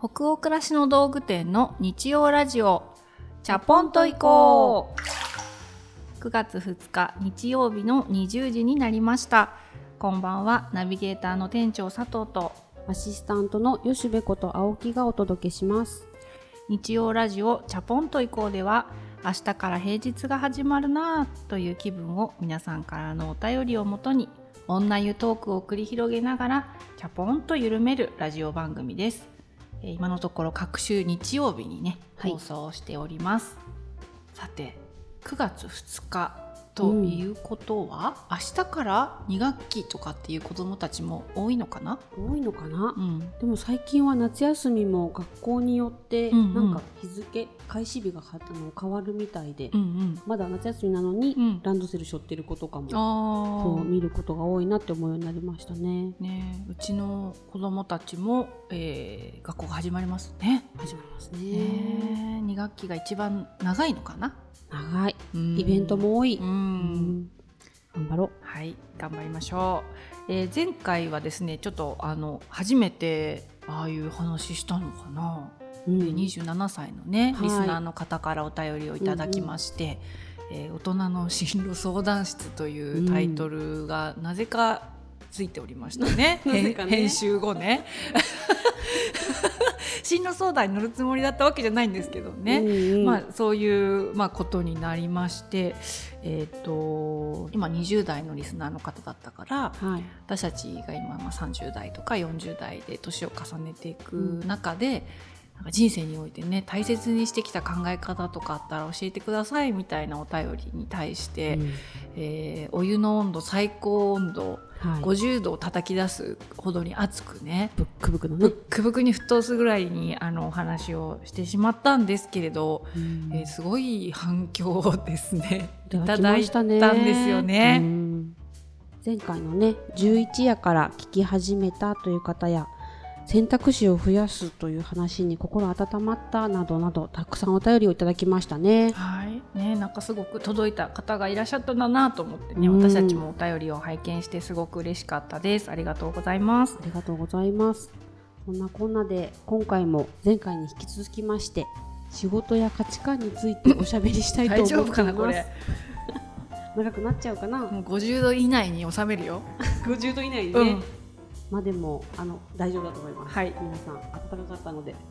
北欧暮らしの道具店の日曜ラジオ、チャポンと行こう。9月2日日曜日の20時になりました。こんばんは。ナビゲーターの店長佐藤とアシスタントの吉部こと青木がお届けします。 日曜ラジオチャポンと行こうでは、明日から平日が始まるなという気分を皆さんからのお便りをもとに女湯トークを繰り広げながらチャポンと緩めるラジオ番組です。今のところ各週日曜日にね、放送しております。さて9月2日ということは、明日から2学期とかっていう子どもたちも多いのかな。 多いのかな、でも最近は夏休みも学校によってなんか日付、開始日が変わるみたいで、まだ夏休みなのにランドセル背負ってる子とかも、そう見ることが多いなって思うようになりましたね。 うちの子どもたちも、学校が始まりますね。 始まりますね。 2学期が一番長いのかな。 長い、イベントも多い、頑張ろう。 はい、頑張りましょう。前回はですね、ちょっと初めてああいう話したのかな、27歳のね、リスナーの方からお便りをいただきまして、大人の進路相談室というタイトルがなぜかついておりましたね。編集後ね進路相談に乗るつもりだったわけじゃないんですけどね、そういう、ことになりまして、今20代のリスナーの方だったから、私たちが今30代とか40代で年を重ねていく中で、なんか人生においてね、大切にしてきた考え方とかあったら教えてくださいみたいなお便りに対して、お湯の温度、最高温度、50度を叩き出すほどに熱くね、 ブックブクのね、 ブックブクに沸騰するぐらいにお話をしてしまったんですけれど、すごい反響をですねいただいたんですよね。 前回のね11夜から聞き始めたという方や、選択肢を増やすという話に心温まったなどなど、たくさんお便りをいただきましたね。 なんかすごく届いた方がいらっしゃったんだなと思ってね、私たちもお便りを拝見してすごく嬉しかったです。ありがとうございます。 ありがとうございます。そんなこんなで今回も前回に引き続きまして、仕事や価値観についておしゃべりしたいと思っています。 大丈夫かなこれ。 長くなっちゃうかな。 もう50度以内に収めるよ。 50度以内にね、でも大丈夫だと思います。皆さん暖かかったので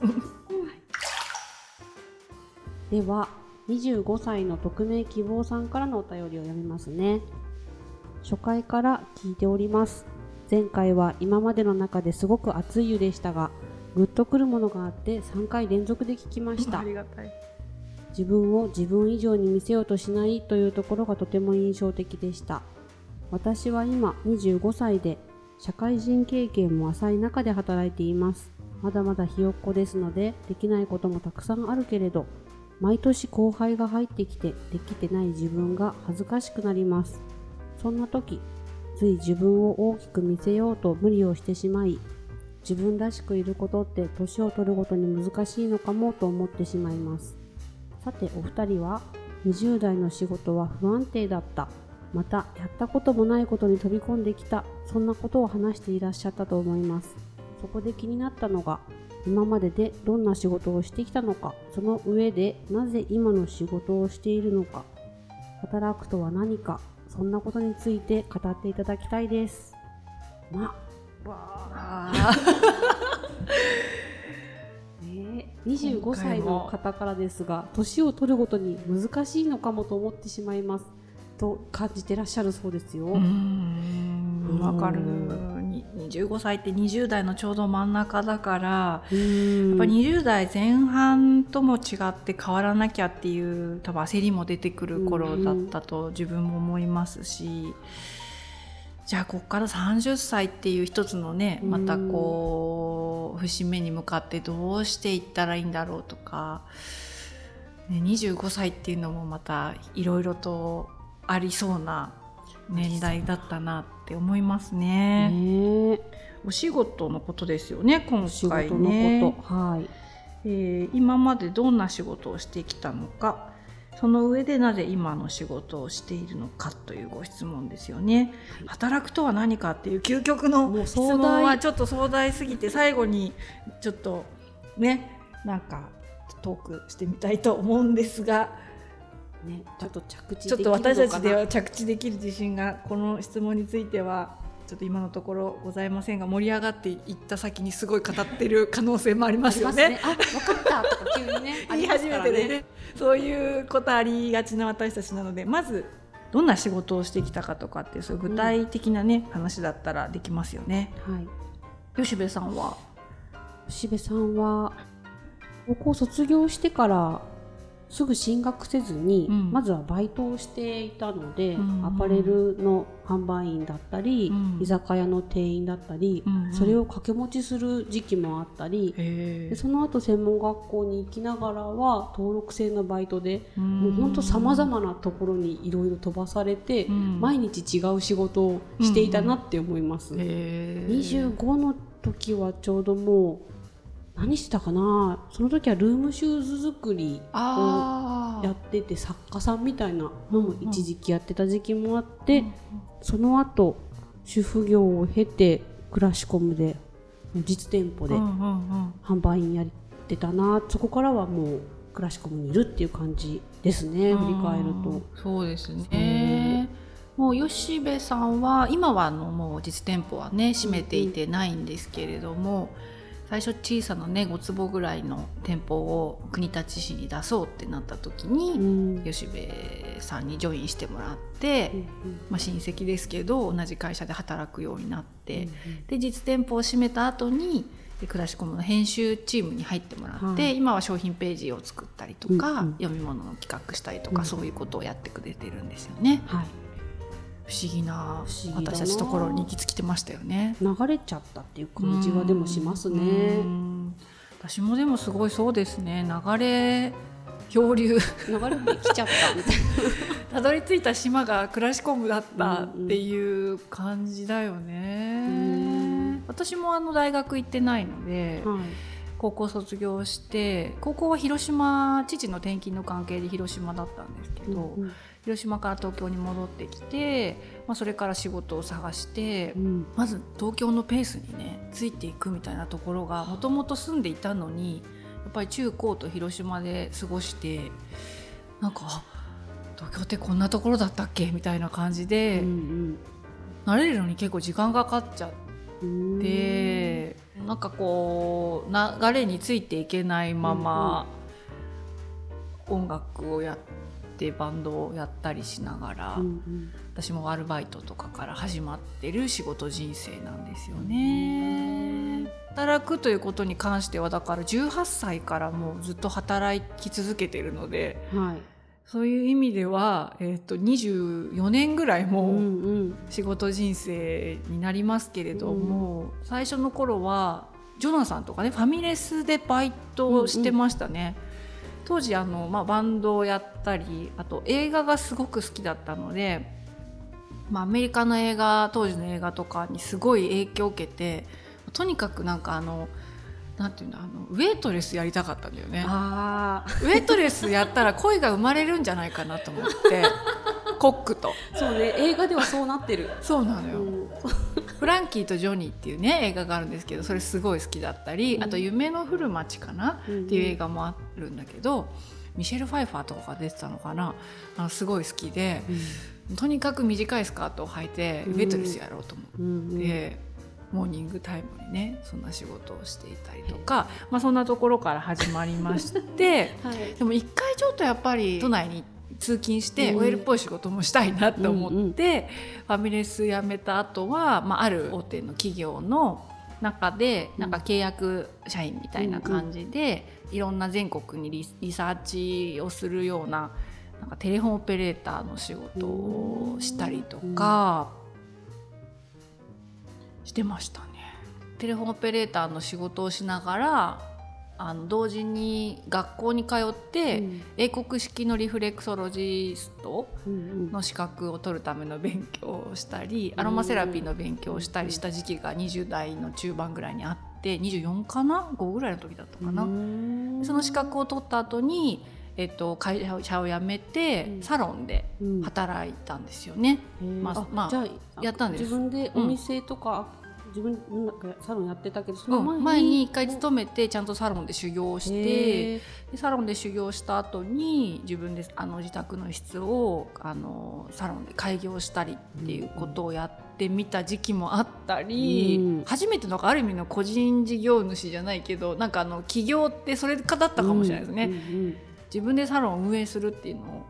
では25歳の匿名希望さんからのお便りを読みますね。初回から聞いております。前回は今までの中ですごく熱い湯でしたが、グッとくるものがあって3回連続で聞きました。 ありがたい。 自分を自分以上に見せようとしないというところがとても印象的でした。私は今25歳で社会人経験も浅い中で働いています。まだまだひよっこですので、できないこともたくさんあるけれど、毎年後輩が入ってきてできてない自分が恥ずかしくなります。そんな時、つい自分を大きく見せようと無理をしてしまい、自分らしくいることって年を取るごとに難しいのかもと思ってしまいます。さてお二人は、20代の仕事は不安定だった、またやったこともないことに飛び込んできた、そんなことを話していらっしゃったと思います。そこで気になったのが、今まででどんな仕事をしてきたのか、その上でなぜ今の仕事をしているのか、働くとは何か、そんなことについて語っていただきたいです。25歳の方からですが、年を取るごとに難しいのかもと思ってしまいますと感じてらっしゃるそうですよ。 わかる。25歳って20代のちょうど真ん中だから、やっぱ20代前半とも違って変わらなきゃっていう多分焦りも出てくる頃だったと自分も思いますし、じゃあここから30歳っていう一つのね、またこう節目に向かってどうしていったらいいんだろうとか、25歳っていうのもまたいろいろとありそうな年代だったなって思いますね。お仕事のことですよね、今回ね。今までどんな仕事をしてきたのか、その上でなぜ今の仕事をしているのかというご質問ですよね。働くとは何かっていう究極の質問はちょっと壮大すぎて、最後にちょっとねなんかトークしてみたいと思うんですが、 ね、ちょっと着地ちょっとできるのかな。 私たちでは着地できる自信がこの質問についてはちょっと今のところございませんが、盛り上がっていった先にすごい語ってる可能性もありますよね。 あ、分かったとか急にね言い始めてね、そういうことありがちな私たちなので、まずどんな仕事をしてきたかとかっていうそういう具体的なね、話だったらできますよね。 はい。 吉部さんは高校卒業してからすぐ進学せずに、まずはバイトをしていたので、アパレルの販売員だったり、居酒屋の店員だったり、それを掛け持ちする時期もあったり、でその後専門学校に行きながらは登録制のバイトで、もう本当さまざまなところにいろいろ飛ばされて、毎日違う仕事をしていたなって思います。25の時はちょうどもう何してたかな、その時はルームシューズ作りをやってて、作家さんみたいなのも一時期やってた時期もあって、その後主婦業を経てクラシコムで実店舗で販売員やってたな。そこからはもうクラシコムにいるっていう感じですね、振り返ると。 そうですね。もう吉部さんは今はもう実店舗はね閉めていてないんですけれども、最初小さなね5坪ぐらいの店舗を国立市に出そうってなった時に、吉部さんにジョインしてもらって、親戚ですけど同じ会社で働くようになって、で実店舗を閉めた後にクラシコムの編集チームに入ってもらって、今は商品ページを作ったりとか、読み物の企画したりとか、そういうことをやってくれてるんですよね。不思議な私たちところに行き着きてましたよね。 流れちゃったっていう感じはでもしますね。 私もでもすごいそうですね、流れ漂流流れてきちゃったみたいなたどり着いた島がクラシコムだったっていう感じだよね。私も大学行ってないので、高校卒業して、高校は広島、父の転勤の関係で広島だったんですけど、広島から東京に戻ってきて、それから仕事を探して、まず東京のペースにねついていくみたいなところが、もともと住んでいたのにやっぱり中高と広島で過ごして、なんか東京ってこんなところだったっけみたいな感じで、慣れるのに結構時間がかかっちゃって、なんかこう流れについていけないまま、音楽をやってバンドをやったりしながら、私もアルバイトとかから始まってる仕事人生なんですよね。働くということに関してはだから18歳からもうずっと働き続けてるので、そういう意味では、24年ぐらいもう仕事人生になりますけれども、最初の頃はジョナサンとかねファミレスでバイトをしてましたね。当時バンドをやったり、あと映画がすごく好きだったので、アメリカの映画、当時の映画とかにすごい影響を受けて、とにかくなんかなんていうの、ウェイトレスやりたかったんだよね。ウェイトレスやったら恋が生まれるんじゃないかなと思ってコックと。 そうね、映画ではそうなってる。 そうなのよ、フランキーとジョニーっていうね映画があるんですけど、それすごい好きだったり、あと夢の降る街かなっていう映画もあるんだけど、ミシェル・ファイファーとかが出てたのかな、すごい好きで、とにかく短いスカートを履いてウェイトレスやろうと思って、モーニングタイムにねそんな仕事をしていたりとか、そんなところから始まりまして、でも一回ちょっとやっぱり都内に通勤して OL っぽい仕事もしたいなと思って、ファミレス辞めた後は、ある大手の企業の中でなんか契約社員みたいな感じで、いろんな全国にリサーチをするような、なんかテレフォンオペレーターの仕事をしたりとかしてましたね。テレフォンオペレーターの仕事をしながら同時に学校に通って、英国式のリフレクソロジストの資格を取るための勉強をしたり、アロマセラピーの勉強をしたりした時期が20代の中盤ぐらいにあって、24かな5ぐらいの時だったかな。その資格を取った後に、会社を辞めてサロンで働いたんですよね。 じゃあやったんです。 自分でお店とか自分なんかサロンやってたけど、その前に1回も勤めてちゃんとサロンで修行してでサロンで修行した後に自分で自宅の室をサロンで開業したりっていうことをやってみた時期もあったり、初めてのある意味の個人事業主じゃないけどなんか起業ってそれだったかもしれないですね、自分でサロンを運営するっていうのを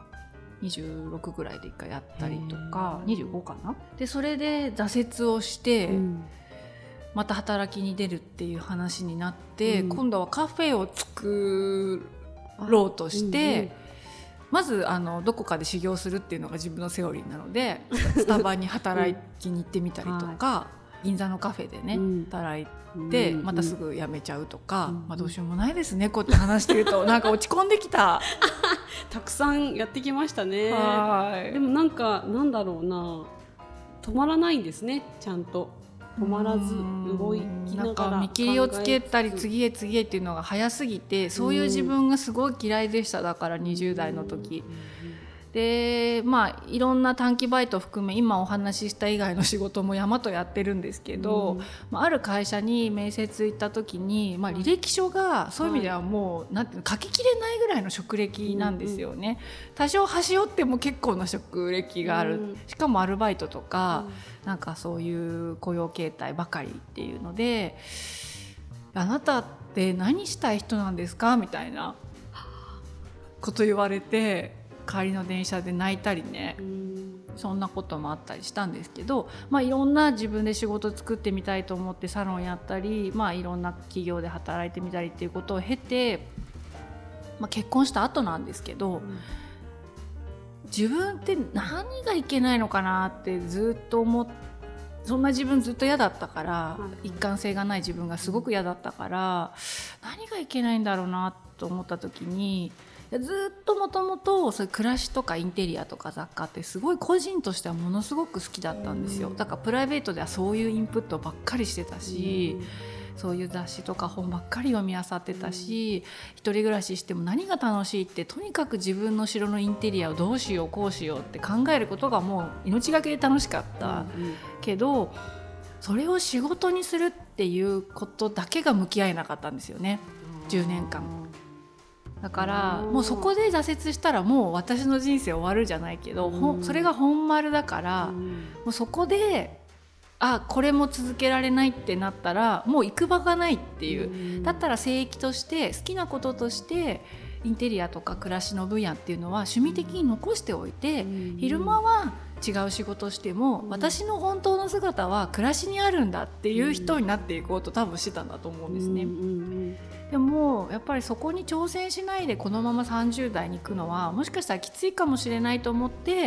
26ぐらいで1回やったりとか25かなでそれで挫折をして、また働きに出るっていう話になって、今度はカフェを作ろうとして、まずどこかで修行するっていうのが自分のセオリーなのでスタバに働きに行ってみたりとか、銀座のカフェでね、働いてまたすぐ辞めちゃうとか、どうしようもないですねこうやって話してるとなんか落ち込んできたたくさんやってきましたね。でもなんだろうな、止まらないんですね。ちゃんと止まらず動きながら見切りをつけたり次へ次へっていうのが早すぎて、そういう自分がすごい嫌いでした。だから20代の時でいろんな短期バイト含め今お話しした以外の仕事も山とやってるんですけど、ある会社に面接行った時に、履歴書がそういう意味ではもうなんていうの書ききれないぐらいの職歴なんですよね、多少端折っても結構な職歴がある、しかもアルバイトとか、なんかそういう雇用形態ばかりっていうので、あなたって何したい人なんですかみたいなこと言われて、帰りの電車で泣いたりね、そんなこともあったりしたんですけど、いろんな自分で仕事作ってみたいと思ってサロンやったり、いろんな企業で働いてみたりっていうことを経て、結婚した後なんですけど、自分って何がいけないのかなってずっと思って、そんな自分ずっと嫌だったから、一貫性がない自分がすごく嫌だったから、何がいけないんだろうなと思った時に、ずっともともとそういう暮らしとかインテリアとか雑貨ってすごい個人としてはものすごく好きだったんですよ。だからプライベートではそういうインプットばっかりしてたし、そういう雑誌とか本ばっかり読み漁ってたし、一人暮らししても何が楽しいって、とにかく自分の城のインテリアをどうしようこうしようって考えることがもう命がけで楽しかった、けどそれを仕事にするっていうことだけが向き合えなかったんですよね、10年間。だからもうそこで挫折したらもう私の人生終わるじゃないけど、それが本丸だから、もうそこでこれも続けられないってなったらもう行く場がないっていう、だったら聖域として好きなこととしてインテリアとか暮らしの分野っていうのは趣味的に残しておいて、昼間は違う仕事しても、私の本当の姿は暮らしにあるんだっていう人になっていこうと多分してたんだと思うんですね。でもやっぱりそこに挑戦しないでこのまま30代に行くのはもしかしたらきついかもしれないと思って、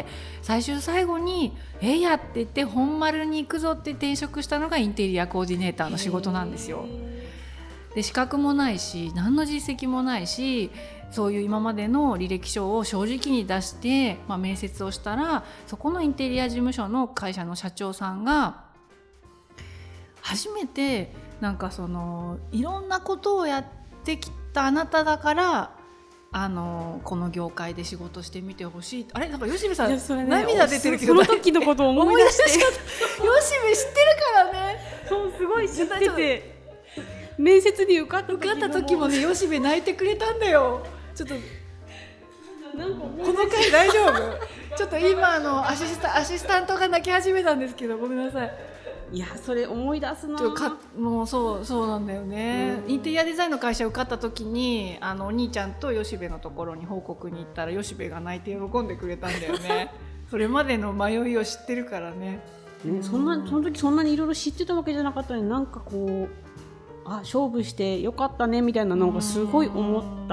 最終最後にいやって言って本丸に行くぞって転職したのがインテリアコーディネーターの仕事なんですよ。で資格もないし何の実績もないし、そういう今までの履歴書を正直に出して、面接をしたら、そこのインテリア事務所の会社の社長さんが初めてなんかいろんなことをやってきたあなただからこの業界で仕事してみてほしい。あれなんか吉部さん、涙出てるけど、 その時のことを思い出して吉部知ってるからね。 そうすごい知ってて、面接に受かった時もね、吉部泣いてくれたんだよ。ちょっとなんかこの回大丈夫？ちょっと今アシスタントが泣き始めたんですけど、ごめんなさい。 いやそれ思い出すな。 もうそうなんだよね。インテリアデザインの会社受かった時にお兄ちゃんと吉部のところに報告に行ったら、吉部が泣いて喜んでくれたんだよね。それまでの迷いを知ってるからね。 その時そんなにいろいろ知ってたわけじゃなかったのに、なんかこう勝負してよかったねみたいなのがすごい思った。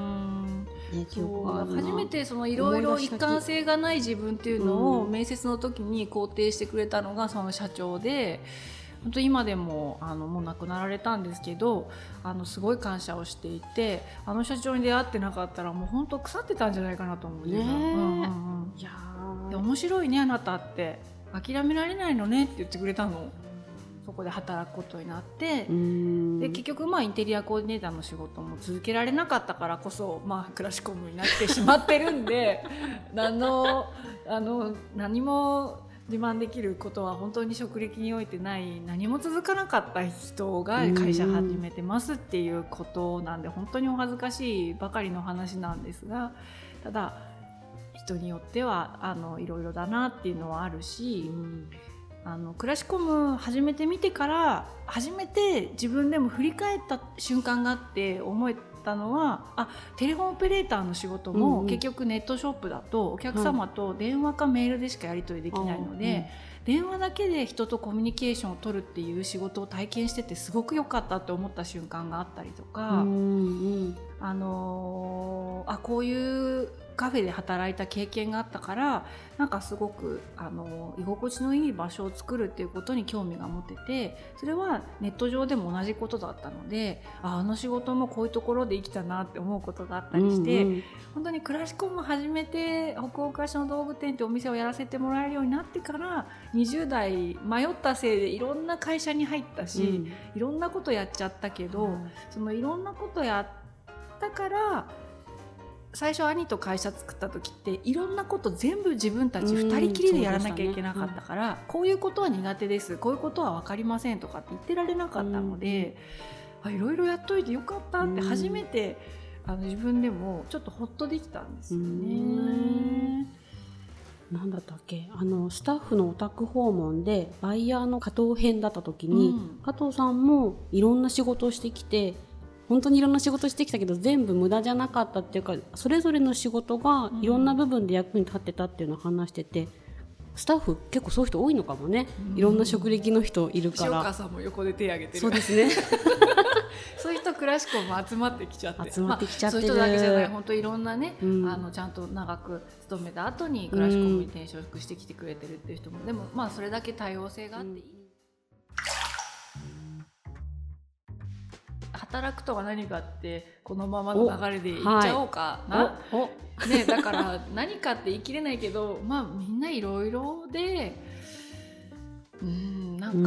初めていろいろ一貫性がない自分っていうのを面接の時に肯定してくれたのがその社長で、本当今でももう亡くなられたんですけど、すごい感謝をしていて、社長に出会ってなかったらもう本当腐ってたんじゃないかなと思うね。いや面白いねあなたって、諦められないのねって言ってくれたの。そこで働くことになって、で結局インテリアコーディネーターの仕事も続けられなかったからこそ、クラシコムになってしまってるんで何も自慢できることは本当に職歴においてない何も続かなかった人が会社始めてますっていうことなんで、本当にお恥ずかしいばかりの話なんですが、ただ人によってはいろいろだなっていうのはあるし、クラシコム始めてみてから初めて自分でも振り返った瞬間があって思えたのは、テレフォンオペレーターの仕事も結局ネットショップだとお客様と電話かメールでしかやり取りできないので、電話だけで人とコミュニケーションを取るっていう仕事を体験しててすごく良かったと思った瞬間があったりとか、こういうカフェで働いた経験があったから、なんかすごく居心地のいい場所を作るっていうことに興味が持てて、それはネット上でも同じことだったので、あの仕事もこういうところで生きたなって思うことがあったりして、本当にクラシコム始めて北欧暮らしの道具店ってお店をやらせてもらえるようになってから20代迷ったせいでいろんな会社に入ったし、いろんなことやっちゃったけど、そのいろんなことやったから最初兄と会社作った時っていろんなこと全部自分たち2人きりでやらなきゃいけなかったから、こういうことは苦手です、こういうことは分かりませんとかって言ってられなかったので、いろいろやっといてよかったって初めて自分でもちょっとホッとできたんですよね。 なんだったっけ、スタッフのお宅訪問でバイヤーの加藤編だった時に、加藤さんもいろんな仕事をしてきて、本当にいろんな仕事してきたけど全部無駄じゃなかったっていうか、それぞれの仕事がいろんな部分で役に立ってたっていうのを話してて、スタッフ結構そういう人多いのかもね、いろんな職歴の人いるから。 塩川さんも横で手挙げてる。 そうですねそういう人クラシコも集まってきちゃって、 そういう人だけじゃない、本当いろんなね、ちゃんと長く勤めた後にクラシコムに転職してきてくれてるっていう人も、でもそれだけ多様性があっていい。働くとは何かってこのままの流れでいっちゃおうかな、ね、だから何かって言い切れないけど、みんないろいろで、なん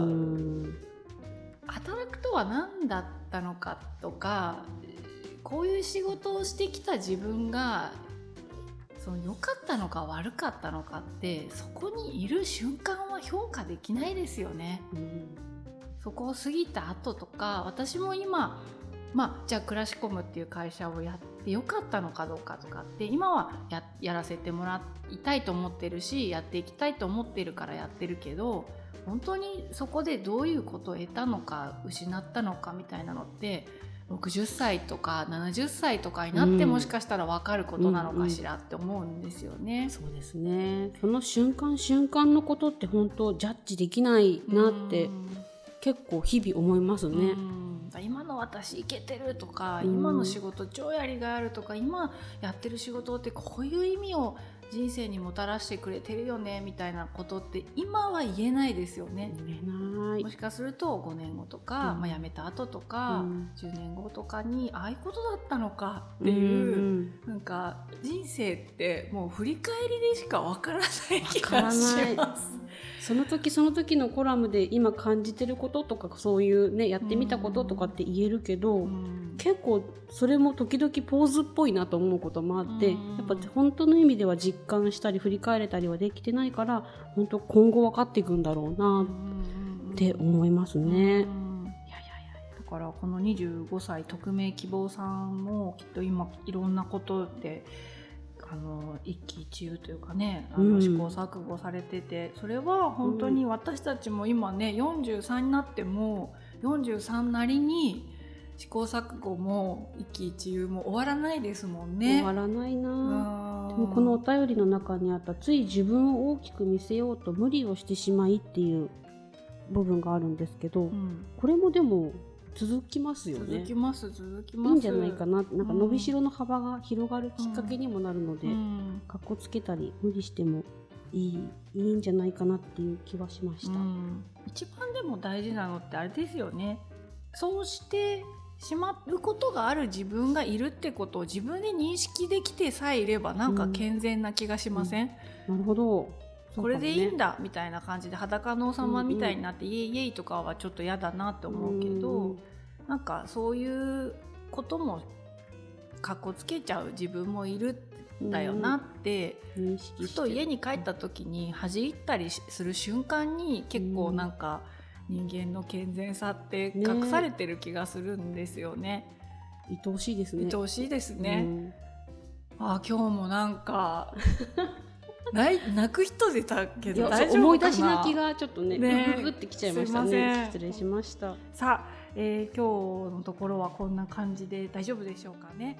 か働くとは何だったのかとか、こういう仕事をしてきた自分が良かったのか悪かったのかってそこにいる瞬間は評価できないですよね。そこを過ぎた後とか、私も今、じゃあクラシコムっていう会社をやってよかったのかどうかとかって今は やらせてもらいたいと思ってるし、やっていきたいと思ってるからやってるけど、本当にそこでどういうことを得たのか失ったのかみたいなのって60歳とか70歳とかになってもしかしたら分かることなのかしらって思うんですよね。 そうですね。その瞬間瞬間のことって本当ジャッジできないなって結構日々思いますね。 今の私イケてるとか、今の仕事超やりがいあるとか、今やってる仕事ってこういう意味を人生にもたらしてくれてるよねみたいなことって今は言えないですよね。 言えない。 もしかすると5年後とか、辞めた後とか、10年後とかにああいうことだったのかっていう、なんか人生ってもう振り返りでしかわからない気がします。 その時その時のコラムで今感じてることとか、そういうねやってみたこととかって言えるけど、結構それも時々ポーズっぽいなと思うこともあって、やっぱ本当の意味では実感したり振り返れたりはできてないから、本当今後分かっていくんだろうなって思いますね。 だからこの25歳匿名希望さんもきっと今いろんなことで一喜一憂というかね、試行錯誤されてて、それは本当に私たちも今ね43になっても43なりに試行錯誤も一喜一憂も終わらないですもんね。 終わらないな。でもこのお便りの中にあったつい自分を大きく見せようと無理をしてしまいっていう部分があるんですけど、これもでも続きますよね。 続きます。いいんじゃないかな。なんか伸びしろの幅が広がるきっかけにもなるので、かっこつけたり無理してもいいんじゃないかなっていう気はしました。 一番でも大事なのってあれですよね。そうしてしまうことがある自分がいるってことを自分で認識できてさえいればなんか健全な気がしません？ なるほど。 これでいいんだみたいな感じで裸の王様みたいになってイエイイエイとかはちょっと嫌だなって思うけど、なんかそういうこともかっこつけちゃう自分もいるっだよなって認識してふと家に帰った時に恥じったりする瞬間に結構なんか人間の健全さって隠されてる気がするんですよね。 愛おしいですね。 愛おしいですね。今日もなんか泣く人出たけど大丈夫かな。 思い出し泣きがちょっとねねうってきちゃいましたね。失礼しました。 さあ、今日のところはこんな感じで大丈夫でしょうかね。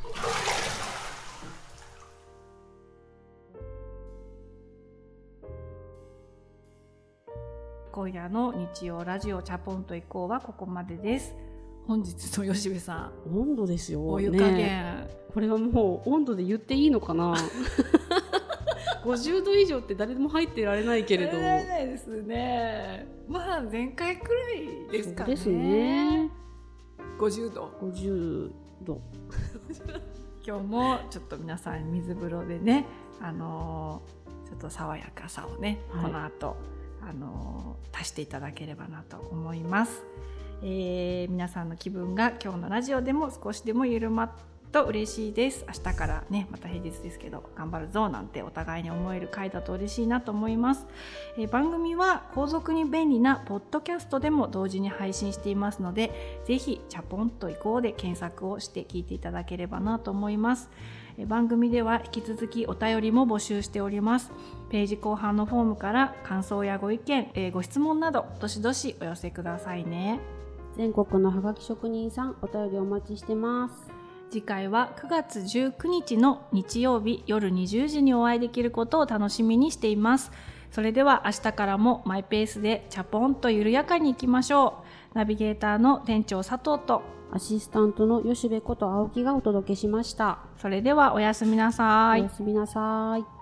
今夜の日曜ラジオチャポンと行こうはここまでです。本日の吉部さん、 温度ですよ。 お湯加減、 ね、これはもう温度で言っていいのかな。50度以上って誰でも入ってられないけれど。 られないですね。まあ前回くらいですかね。 そうですね。 50度。 50度。 今日もちょっと皆さん水風呂でね、ちょっと爽やかさをね、この後足していただければなと思います。皆さんの気分が今日のラジオでも少しでも緩まっと嬉しいです。明日からねまた平日ですけど頑張るぞなんてお互いに思える回だと嬉しいなと思います。番組は後続に便利なポッドキャストでも同時に配信していますので、ぜひチャポンと行こうで検索をして聞いていただければなと思います。番組では引き続きお便りも募集しております。ページ後半のフォームから感想やご意見、ご質問などどしどしお寄せくださいね。 全国のハガキ職人さん、お便りお待ちしてます。 次回は9月19日の日曜日夜20時にお会いできることを楽しみにしています。それでは明日からもマイペースでチャポンと緩やかにいきましょう。ナビゲーターの店長佐藤とアシスタントの吉部こと青木がお届けしました。 それではおやすみなさい。 おやすみなさい。